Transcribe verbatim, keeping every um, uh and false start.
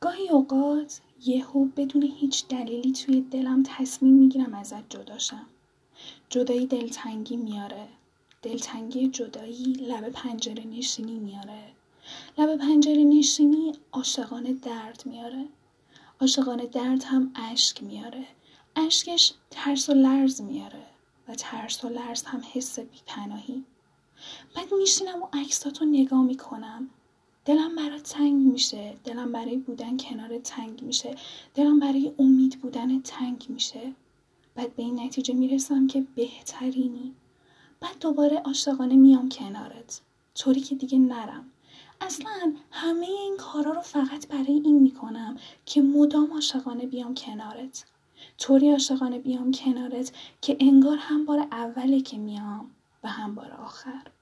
گاهی اوقات یهو بدون هیچ دلیلی توی دلم تصمیم میگیرم ازت جداشم. جدایی دلتنگی میاره. دلتنگی جدایی لب پنجره نشینی میاره. لب پنجره نشینی عاشقانه درد میاره. عاشقانه درد هم اشک میاره. اشکش ترس و لرز میاره و ترس و لرز هم حس بی‌پناهی. بعد میشینم و عکساتو نگاه میکنم. دلم برای تنگ میشه. دلم برای بودن کنار تنگ میشه. دلم برای امید بودن تنگ میشه. بعد به این نتیجه میرسم که بهترینی. بعد دوباره عاشقانه میام کنارت. طوری که دیگه نرم. اصلا همه این کارا رو فقط برای این میکنم که مدام عاشقانه بیام کنارت. طوری عاشقانه بیام کنارت که انگار هم بار اوله که میام و هم بار آخر.